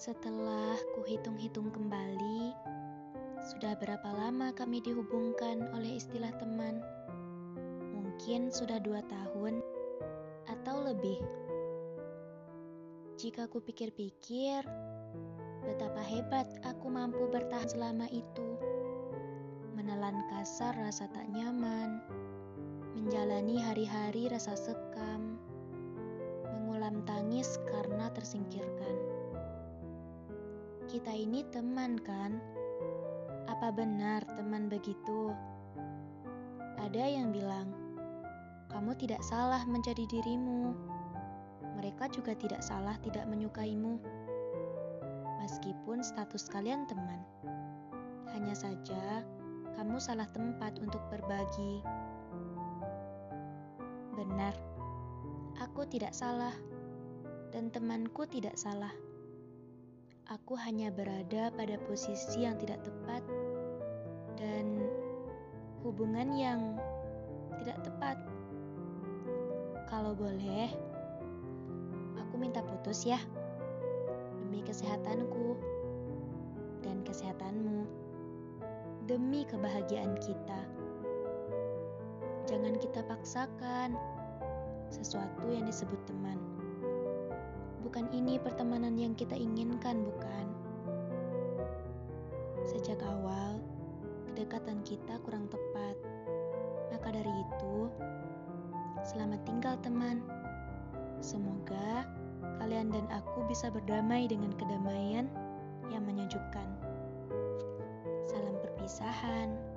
Setelah kuhitung-hitung kembali, sudah berapa lama kami dihubungkan oleh istilah teman? Mungkin sudah 2 tahun atau lebih. Jika kupikir-pikir, betapa hebat aku mampu bertahan selama itu. Menelan kasar rasa tak nyaman, menjalani hari-hari rasa sekam, mengulam tangis karena tersingkirkan. Kita ini teman kan? Apa benar teman begitu? Ada yang bilang, kamu tidak salah menjadi dirimu. Mereka juga tidak salah tidak menyukaimu. Meskipun status kalian teman. Hanya saja, kamu salah tempat untuk berbagi. Benar, aku tidak salah. Dan temanku tidak salah. Aku hanya berada pada posisi yang tidak tepat dan hubungan yang tidak tepat. Kalau boleh, aku minta putus ya, demi kesehatanku dan kesehatanmu, demi kebahagiaan kita. Jangan kita paksakan sesuatu yang disebut teman. Bukan ini pertemanan yang kita inginkan, bukan? Sejak awal, kedekatan kita kurang tepat. Maka dari itu, selamat tinggal teman. Semoga kalian dan aku bisa berdamai dengan kedamaian yang menyejukkan. Salam perpisahan.